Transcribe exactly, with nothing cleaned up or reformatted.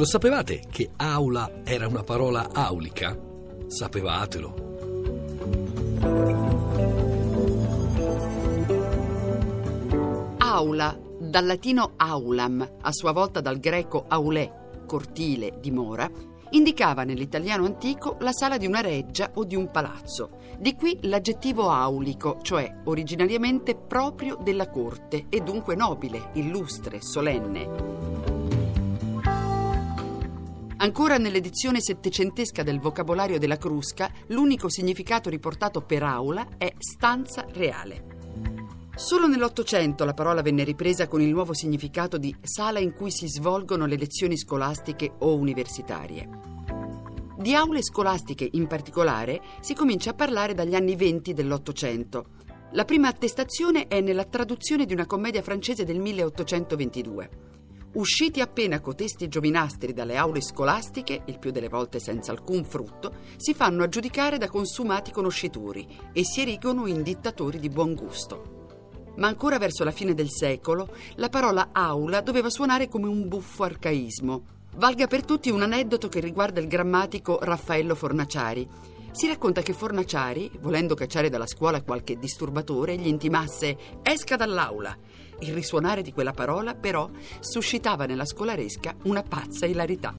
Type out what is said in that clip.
Lo sapevate che aula era una parola aulica? Sapevatelo. Aula, dal latino aulam, a sua volta dal greco aulè, cortile, dimora, indicava nell'italiano antico la sala di una reggia o di un palazzo. Di qui l'aggettivo aulico, cioè originariamente proprio della corte e dunque nobile, illustre, solenne. Ancora nell'edizione settecentesca del vocabolario della Crusca, l'unico significato riportato per aula è stanza reale. Solo nell'Ottocento la parola venne ripresa con il nuovo significato di sala in cui si svolgono le lezioni scolastiche o universitarie. Di aule scolastiche in particolare si comincia a parlare dagli anni venti dell'Ottocento. La prima attestazione è nella traduzione di una commedia francese del milleottocentoventidue. Usciti appena cotesti giovinastri dalle aule scolastiche, il più delle volte senza alcun frutto, si fanno aggiudicare da consumati conoscituri e si erigono in dittatori di buon gusto. Ma ancora verso la fine del secolo, la parola aula doveva suonare come un buffo arcaismo. Valga per tutti un aneddoto che riguarda il grammatico Raffaello Fornaciari. Si racconta che Fornaciari, volendo cacciare dalla scuola qualche disturbatore, gli intimasse «esca dall'aula». Il risuonare di quella parola, però, suscitava nella scolaresca una pazza ilarità.